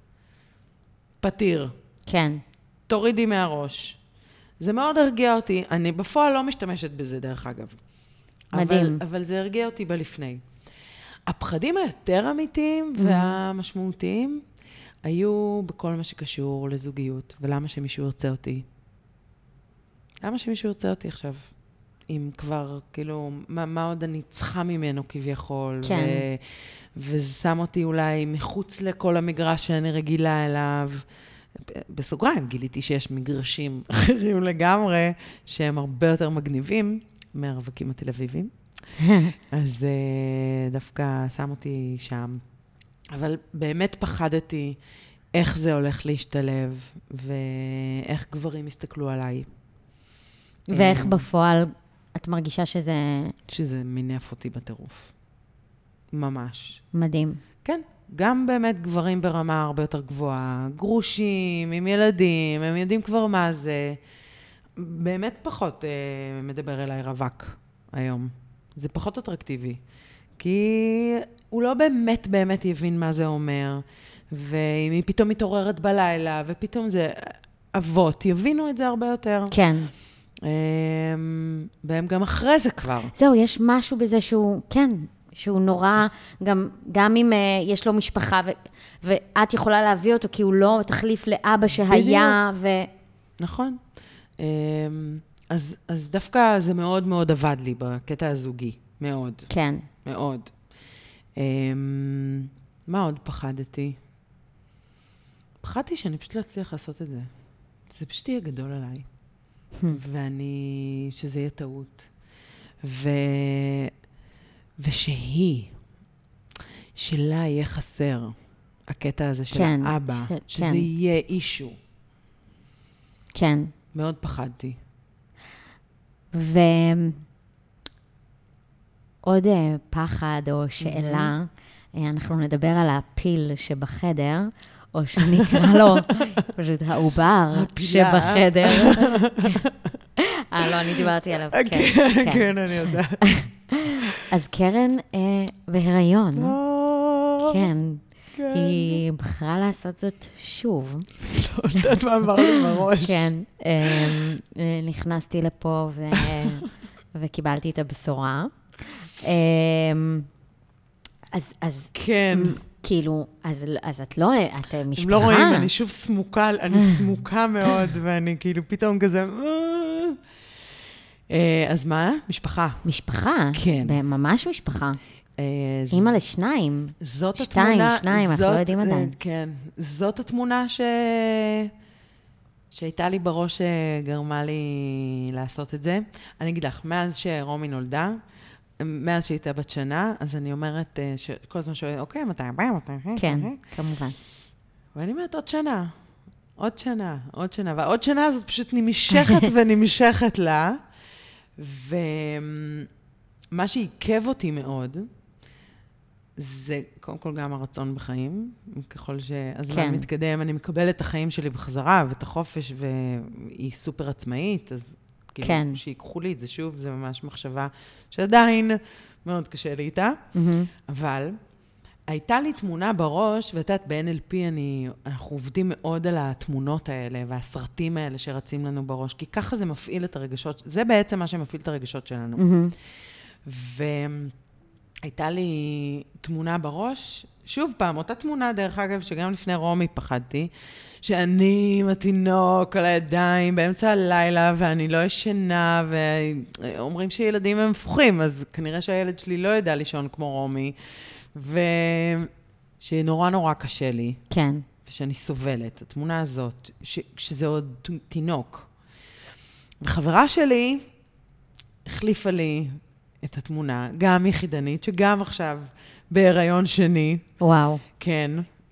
פתיר. כן. תורידי מהראש. זה מאוד הרגיע אותי. אני בפועל לא משתמשת בזה, דרך אגב. מדהים. אבל זה הרגיע אותי בלפני. הפחדים היותר אמיתיים והמשמעותיים היו בכל מה שקשור לזוגיות, ולמה שמישהו ירצה אותי. למה שמישהו ירצה אותי עכשיו? אם כבר, כאילו, מה עוד אני צריכה ממנו כביכול? כן. ושם אותי אולי מחוץ לכל המגרש שאני רגילה אליו. בסוגריים, גיליתי שיש מגרשים אחרים לגמרי, שהם הרבה יותר מגניבים מהרווקים התל אביבים. אז דווקא שם אותי שם. אבל באמת פחדתי איך זה הולך להשתלב, ואיך גברים יסתכלו עליי. ואיך בפועל את מרגישה שזה... שזה מינף אותי בטירוף. ממש. מדהים. כן, גם באמת גברים ברמה הרבה יותר גבוהה, גרושים, עם ילדים, הם יודעים כבר מה זה. באמת פחות מדבר אליי רווק היום. זה פחות אטרקטיבי, כי הוא לא באמת יבין מה זה אומר, ואם היא פתאום מתעוררת בלילה, ופתאום זה אבות, יבינו את זה הרבה יותר. כן. והם גם אחרי זה כבר. זהו, יש משהו בזה שהוא, כן, שהוא נורא, גם אם יש לו משפחה, ואת יכולה להביא אותו, כי הוא לא תחליף לאבא שהיה, נכון. אז דווקא זה מאוד מאוד עבד לי בקטע הזוגי, מאוד. כן. מאוד. מה עוד פחדתי? פחדתי שאני פשוט לא אצליח לעשות את זה. זה פשוט יהיה גדול עליי. שזה יהיה טעות. שלה יהיה חסר, הקטע הזה של האבא, שזה יהיה אישו. כן. מאוד פחדתי. ועוד פחד או שאלה, אנחנו נדבר על הפיל שבחדר, או שנקרא לו פשוט העובר שבחדר. לא, אני דיברתי עליו. כן, אני יודעת. אז קרן בהיריון. כן. היא בחרה לעשות זאת שוב. לא יודעת מה אמר לי בראש. כן. נכנסתי לפה וקיבלתי את הבשורה. אז כן. כאילו, אז את לא, את משפחה. הם לא רואים, אני שוב סמוקה, אני סמוקה מאוד, ואני כאילו פתאום כזה... אז מה? משפחה. משפחה? כן. ממש משפחה. אימא לשניים. זאת התמונה... שניים, אנחנו לא יודעים עדיין. כן. זאת התמונה שהייתה לי בראש שגרמה לי לעשות את זה. אני אגיד לך, מאז שרומי נולדה, מאז שהייתה בת שנה, אז אני אומרת, כל הזמן שואלת, אוקיי, מתי? כן, כמובן. ואני אומרת, עוד שנה. והעוד שנה הזאת פשוט נמשכת ונמשכת לה, ומה שעיכב אותי מאוד, זה קודם כל גם הרצון בחיים, ככל שהזמן מתקדם, אני מקבלת את החיים שלי בחזרה, ואת החופש, והיא סופר עצמאית, אז כאילו, שיקחו לי את זה שוב, זה ממש מחשבה שעדיין מאוד קשה לי איתה, אבל הייתה לי תמונה בראש, ואת יודעת, ב-NLP אנחנו עובדים מאוד על התמונות האלה, והסרטים האלה שרצים לנו בראש, כי ככה זה מפעיל את הרגשות, זה בעצם מה שמפעיל את הרגשות שלנו. והייתה לי תמונה בראש, שוב פעם, אותה תמונה, דרך אגב, שגם לפני רומי פחדתי, שאני עם התינוק על הידיים באמצע הלילה, ואני לא ישנה, ואומרים שילדים הם מפוחים, אז כנראה שהילד שלי לא ידע לישון כמו רומי, ושנורא נורא קשה לי. כן. ושאני סובלת. התמונה הזאת, שזה עוד תינוק. וחברה שלי החליפה לי את התמונה, גם יחידנית, שגם עכשיו בהיריון שני. וואו. כן.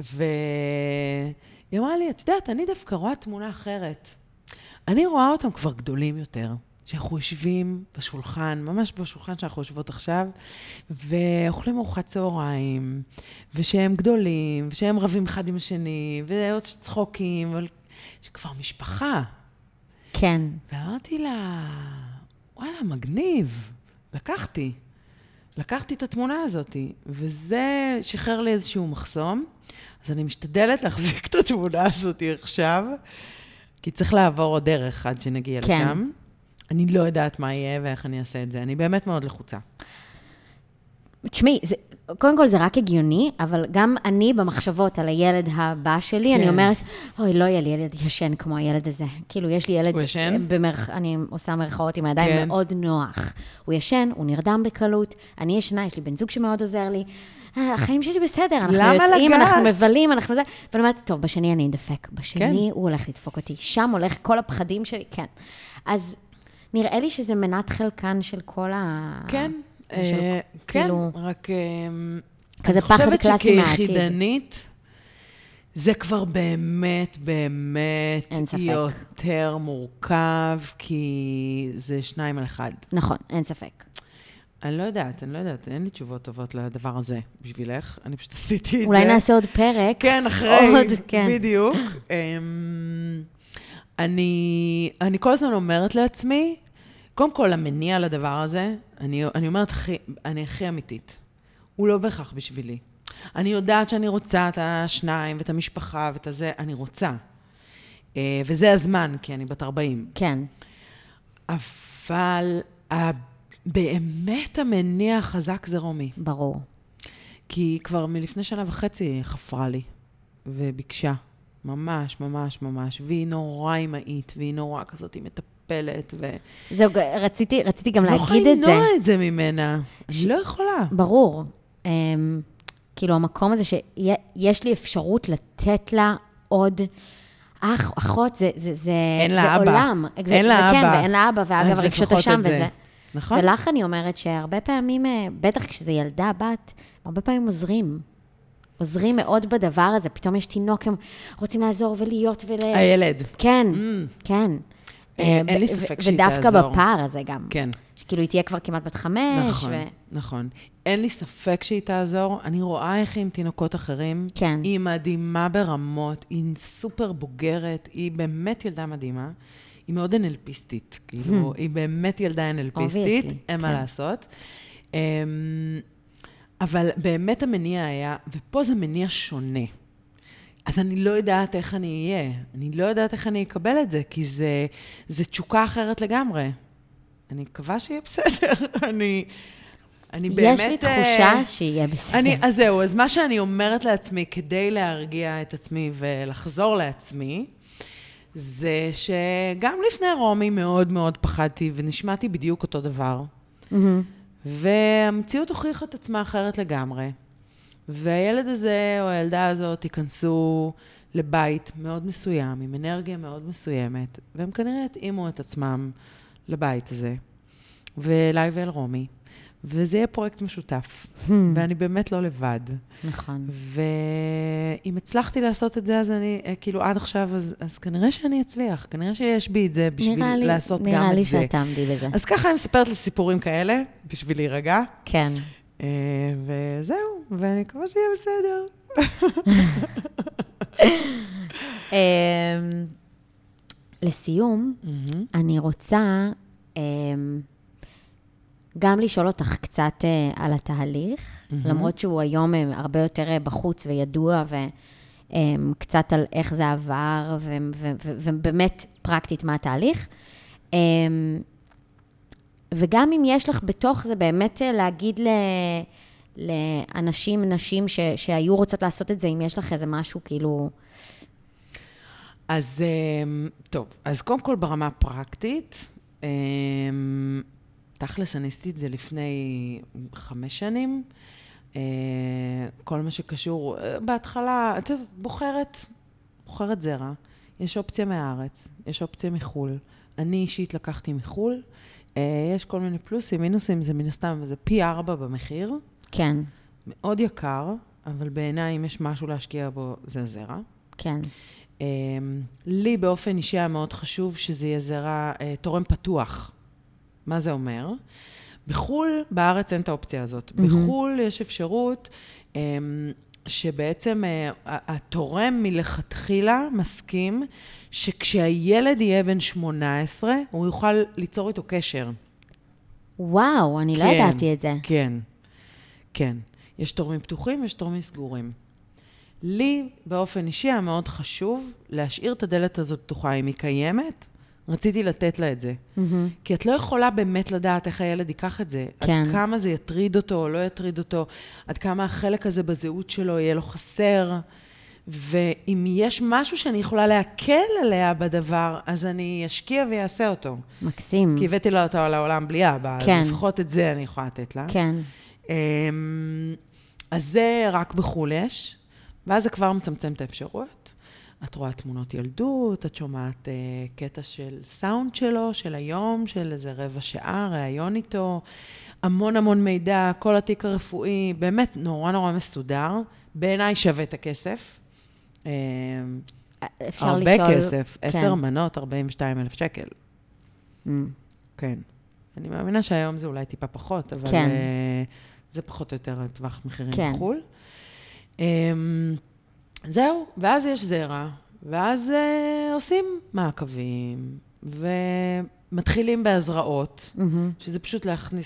היא אמרה לי, את יודעת, אני דווקא רואה תמונה אחרת. אני רואה אותם כבר גדולים יותר. שאנחנו יושבים בשולחן, ממש בשולחן שאנחנו יושבות עכשיו, ואוכלים ארוחת צהריים, ושהם גדולים, ושהם רבים אחד עם השני, ועוד צחוקים, שכבר משפחה. כן. ואמרתי לה, וואלה, מגניב. לקחתי את התמונה הזאת, וזה שחרר לי איזשהו מחסום, אז אני משתדלת להחזיק את התמונה הזאת עכשיו, כי צריך לעבור עוד דרך עד שנגיע לשם. אני לא יודעת מה יהיה ואיך אני אעשה את זה. אני באמת מאוד לחוצה. תשמעי, קודם כל זה רק הגיוני, אבל גם אני במחשבות על הילד הבא שלי, אני אומרת, אוי, לא יהיה לי ילד ישן כמו הילד הזה. כאילו, יש לי ילד... הוא ישן? אני עושה מרכאות עם הידיים מאוד נוח. הוא ישן, הוא נרדם בקלות, אני ישנה, יש לי בן זוג שמאוד עוזר לי. החיים שלי בסדר, אנחנו יוצאים, אנחנו מבלים, אנחנו זה. ואני אומרת, טוב, בשני אני אדפק. בשני הוא הולך לדפוק אותי. שם הולך כל הפחדים שלי, כן. אז נראה לי שזה מנת חלקן של כל כן, כן, רק... כזה פחד קלאסי מהעתיד. אני חושבת שכיחידנית, זה כבר באמת יותר מורכב, כי זה 2 על 1. נכון, אין ספק. אני לא יודעת, אין לי תשובות טובות לדבר הזה בשבילך, אני פשוט עשיתי את זה. אולי נעשה עוד פרק. כן, אחרי, בדיוק. אני כל הזמן אומרת לעצמי, קודם כל, המניע לדבר הזה, אני אומרת, אני הכי אמיתית. הוא לא בהכרח בשבילי. אני יודעת שאני רוצה את השניים ואת המשפחה ואת הזה, אני רוצה. וזה הזמן, כי אני בת 40. כן. אבל באמת המניע החזק זה רומי. ברור. כי כבר מלפני 1.5 שנה חפרה לי, וביקשה. ממש, ממש, ממש. והיא נורא אימהית, והיא נורא כזאת, היא מטפלת, זהו, רציתי גם להגיד את זה. לא יכולה למנוע את זה ממנה. אני לא יכולה. ברור. כאילו, המקום הזה שיש לי אפשרות לתת לה עוד... אחות, זה עולם. אין לה אבא. כן, ואין לה אבא, ואגב, רגשות השם וזה. נכון. ולך אני אומרת שהרבה פעמים, בטח כשזה ילדה בת, הרבה פעמים עוזרים מאוד בדבר הזה. פתאום יש תינוק, הם רוצים לעזור ולהיות הילד. כן, כן. אין לי ספק שהיא תעזור. ודווקא בפער הזה גם. כן. שכאילו היא תהיה כבר כמעט בת 5. נכון, נכון. אין לי ספק שהיא תעזור. אני רואה איך היא עם תינוקות אחרים. כן. היא מדהימה ברמות, היא סופר בוגרת, היא באמת ילדה מדהימה. היא מאוד NLPיסטית, כאילו, היא באמת ילדה NLPיסטית, אין מה לעשות. אבל באמת המניע היה, ופה זה מניע שונה. אז אני לא יודעת איך אני אהיה, אני לא יודעת איך אני אקבל את זה, כי זה תשוקה אחרת לגמרי. אני מקווה שיהיה בסדר, אני באמת... יש לי תחושה שיהיה בסדר. אז זהו, אז מה שאני אומרת לעצמי, כדי להרגיע את עצמי ולחזור לעצמי, זה שגם לפני רומי מאוד מאוד פחדתי, ונשמעתי בדיוק אותו דבר. והמציאות הוכיחה את עצמה אחרת לגמרי. והילד הזה או הילדה הזאת ייכנסו לבית מאוד מסוים, עם אנרגיה מאוד מסוימת, והם כנראה התאימו את עצמם לבית הזה, ואליי ואל רומי. וזה יהיה פרויקט משותף, ואני באמת לא לבד. נכון. ואם הצלחתי לעשות את זה, אז אני, כאילו עד עכשיו, אז כנראה שאני אצליח, כנראה שיש בי את זה בשביל לעשות גם את זה. נראה לי שאת תעמדי בזה. אז ככה אני מספרת לסיפורים כאלה, בשביל להירגע. כן. וזהו, ואני מקווה שיהיה בסדר. לסיום, אני רוצה גם לשאול אותך קצת על התהליך, למרות שהוא היום הרבה יותר בחוץ וידוע, וקצת על איך זה עבר, ובאמת פרקטית מה התהליך. וגם אם יש לך בתוך זה באמת להגיד לאנשים, נשים שהיו רוצות לעשות את זה, אם יש לך איזה משהו כאילו... אז טוב, אז קודם כל ברמה הפרקטית, תכלס אני עשיתי את זה לפני 5 שנים, כל מה שקשור, בהתחלה, את יודעת, בוחרת זרע, יש אופציה מהארץ, יש אופציה מחול, אני אישית לקחתי מחול, יש כל מיני פלוסים, מינוסים, זה מן הסתם, וזה פי 4 במחיר. כן. מאוד יקר, אבל בעיניי אם יש משהו להשקיע בו, זה זרע. כן. לי באופן אישי היה מאוד חשוב שזה יהיה זרע תורם פתוח. מה זה אומר? בחול, בארץ אין את האופציה הזאת. בחול יש אפשרות שבעצם התורם מלכתחילה מסכים שכשהילד יהיה בן 18, הוא יוכל ליצור איתו קשר. וואו, אני לא ידעתי את זה. כן, כן. יש תורמים פתוחים, יש תורמים סגורים. לי, באופן אישי, היה מאוד חשוב להשאיר את הדלת הזאת פתוחה. אם היא קיימת, רציתי לתת לה את זה. כי את לא יכולה באמת לדעת איך הילד ייקח את זה. כן. עד כמה זה יטריד אותו או לא יטריד אותו, עד כמה החלק הזה בזהות שלו יהיה לו חסר. ואם יש משהו שאני יכולה להקל עליה בדבר, אז אני אשקיע ויעשה אותו. מקסים. כי הבאתי לה אותו לעולם בלי אבא, כן. אז לפחות את זה אני יכולה לתת לה. כן. אז זה רק בחול יש, ואז זה כבר מצמצם את האפשרויות. את רואה תמונות ילדות, את שומעת קטע של סאונד שלו, של היום, של איזה 15 שעה, ראיון איתו, המון המון מידע, כל התיק הרפואי, באמת נורא נורא מסודר, בעיניי שווה את הכסף. הרבה כסף, 10 מנות, 42,000 שקל. כן. אני מאמינה שהיום זה אולי טיפה פחות, אבל זה פחות או יותר טווח מחירים בחול. זהו, ואז יש זרע, ואז עושים מעקבים, ומתחילים בהזרעות, שזה פשוט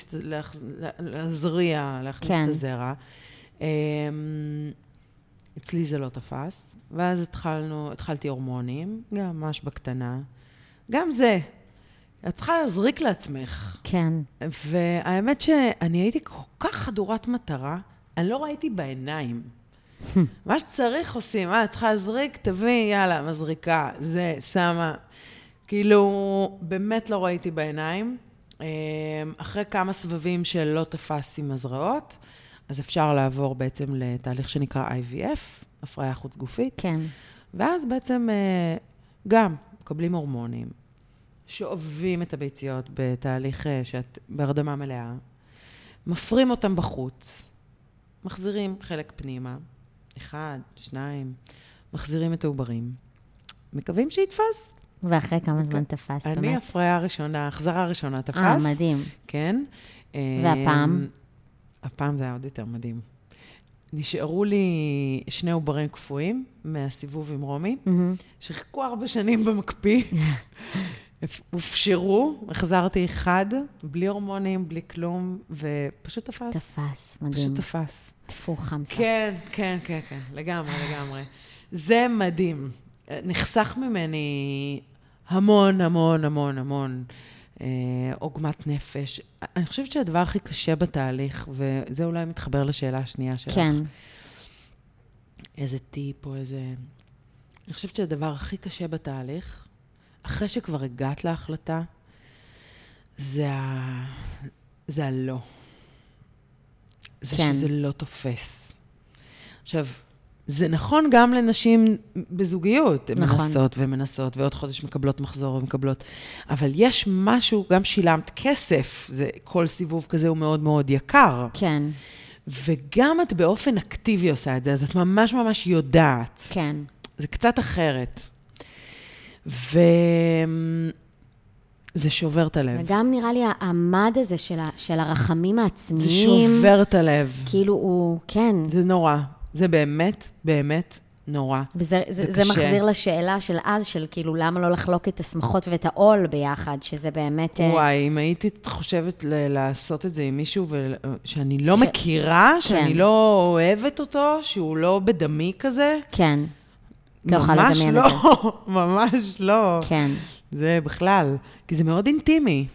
להזריע, להכניס את הזרע. אצלי זה לא תפס, ואז התחלתי הורמונים, גם ממש בקטנה. גם זה, את צריכה להזריק לעצמך. כן. והאמת שאני הייתי כל כך חדורת מטרה, אני לא ראיתי בעיניים. מה שצריך עושים, את צריכה להזריק, תביא, יאללה, מזריקה, זה, שמה. כאילו, באמת לא ראיתי בעיניים. אחרי כמה סבבים שלא תפס עם הזרעות, אז אפשר לעבור בעצם לתהליך שנקרא IVF, הפריה חוץ גופית. כן. ואז בעצם גם מקבלים הורמונים, שואבים את הביציות בתהליך שאת בהרדמה מלאה, מפרים אותם בחוץ, מחזירים חלק פנימה, 1, 2, מחזירים את העוברים, מקווים שיתפס. ואחרי כמה זמן תפס, באמת? אני הפריה הראשונה, החזרה הראשונה תפס. מדהים. כן. והפעם? הפעם זה היה עוד יותר מדהים. נשארו לי 2 עוברים קפואים מהסיבוב עם רומי, שחיכו 4 שנים במקפיא. הופשרו, החזרתי אחד, בלי הורמונים, בלי כלום, ופשוט תפס. תפס, מדהים. פשוט תפס. תפו חמסה. כן, לגמרי. זה מדהים. נחסך ממני המון עוגמת נפש. אני חושבת שהדבר הכי קשה בתהליך, וזה אולי מתחבר לשאלה השנייה שלך. כן. איזה טיפ או איזה... אני חושבת שהדבר הכי קשה בתהליך, אחרי שכבר הגעת להחלטה, זה הלא. זה כן. שזה לא תופס. עכשיו, זה נכון גם לנשים בזוגיות, הן נכון. מנסות ומנסות, ועוד חודש מקבלות מחזור ומקבלות, אבל יש משהו, גם שילמת כסף, כל סיבוב כזה הוא מאוד מאוד יקר. כן. וגם את באופן אקטיבי עושה את זה, אז את ממש יודעת. כן. זה קצת אחרת. וזה שובר את הלב. וגם נראה לי המד הזה של הרחמים העצמיים. זה שובר את הלב. כאילו הוא, כן. זה נורא. זה באמת נורא. זה מחזיר לשאלה של אז, של כאילו, למה לא לחלוק את השמחות ואת העול ביחד, שזה באמת... וואי, אם הייתי חושבת לעשות את זה עם מישהו שאני לא מכירה, שאני לא אוהבת אותו, שהוא לא בדמי כזה. כן. ממש לא, ממש לא. כן. זה בכלל, כי זה מאוד אינטימי.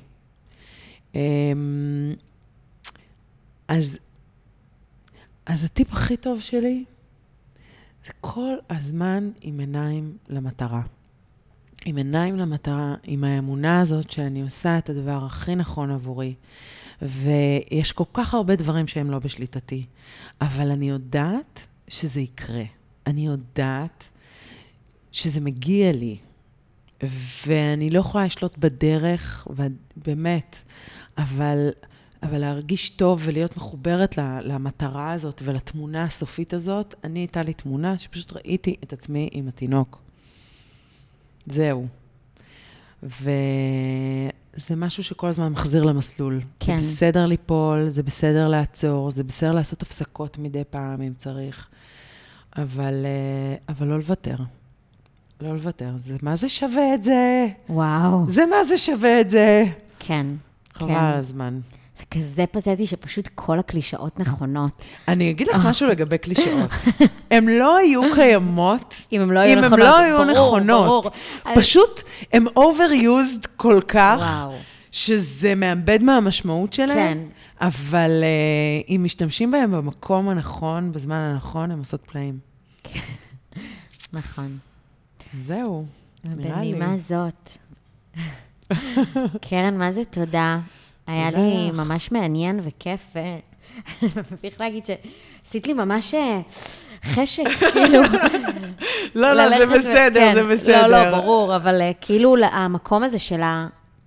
אז הטיפ הכי טוב שלי, זה כל הזמן עם עיניים למטרה. עם עיניים למטרה, עם האמונה הזאת שאני עושה את הדבר הכי נכון עבורי. ויש כל כך הרבה דברים שהם לא בשליטתי. אבל אני יודעת שזה יקרה. אני יודעת שזה מגיע לי. ואני לא יכולה לשלוט בדרך, באמת, אבל להרגיש טוב ולהיות מחוברת למטרה הזאת ולתמונה הסופית הזאת, הייתה לי תמונה שפשוט ראיתי את עצמי עם התינוק. זהו. וזה משהו שכל הזמן מחזיר למסלול. כן. זה בסדר ליפול, זה בסדר לעצור, זה בסדר לעשות הפסקות מדי פעם אם צריך, אבל לא לוותר. לא לוותר. מה זה שווה את זה? וואו. מה זה שווה את זה? כן. חבל על הזמן. זה כזה פתטי שפשוט כל הקלישאות נכונות. אני אגיד לך משהו לגבי קלישאות. הן לא היו קיימות, אם הן לא היו נכונות. פשוט הן overused כל כך, שזה מאבד מהמשמעות שלהן. כן. אבל אם משתמשים בהן במקום הנכון, בזמן הנכון, הן עושות פלאים. נכון. זהו, נראה לי. בנימה זאת. קרן, מה זה תודה? היה לי ממש מעניין וכיף, ומביך להגיד שעשית לי ממש חשק, כאילו. לא, זה בסדר, זה בסדר. לא, ברור, אבל כאילו המקום הזה שלה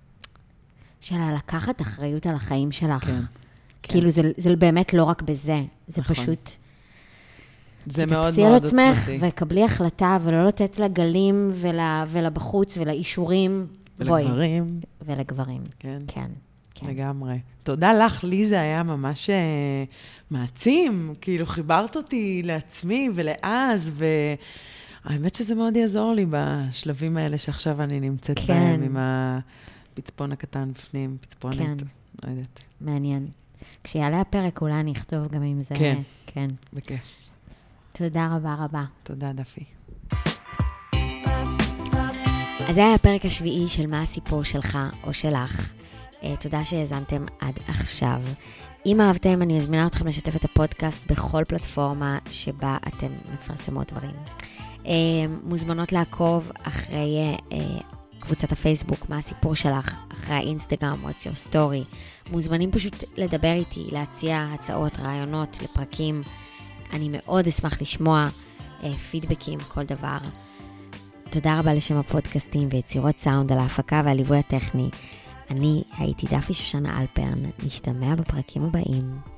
לקחת אחריות על החיים שלך. כאילו זה באמת לא רק בזה, זה פשוט... זה מאוד תפסי על עוצמתי. עצמך וקבלי החלטה ולא לתת לגלים ולבחוץ ולאישורים. ולגברים. ולגברים. כן. כן. לגמרי. תודה לך, לי זה היה ממש מעצים, כאילו חיברת אותי לעצמי ולאז, והאמת שזה מאוד יעזור לי בשלבים האלה שעכשיו אני נמצאת בהם, עם הפצפון הקטן בפנים, פצפונת, לא יודעת. מעניין. כשיעלה הפרק אולי אני אכתוב גם עם זה. כן. כן. בכיף. תודה רבה רבה. תודה דפי. אז זה היה הפרק השביעי של מה הסיפור שלך או שלך. תודה שהאזנתם עד עכשיו. אם אהבתם, אני מזמינה אתכם לשתף את הפודקאסט בכל פלטפורמה שבה אתם מפרסמות דברים. מוזמנות לעקוב אחרי קבוצת הפייסבוק, מה הסיפור שלך, אחרי האינסטגרם, What's Your Story. מוזמנים פשוט לדבר איתי, להציע הצעות, רעיונות לפרקים. אני מאוד אשמח לשמוע פידבקים, כל דבר. תודה רבה לשם הפודקאסטים ויצירות סאונד על ההפקה והליווי הטכני. אני הייתי דפי שושנה אלפרן, נשתמע בפרקים הבאים.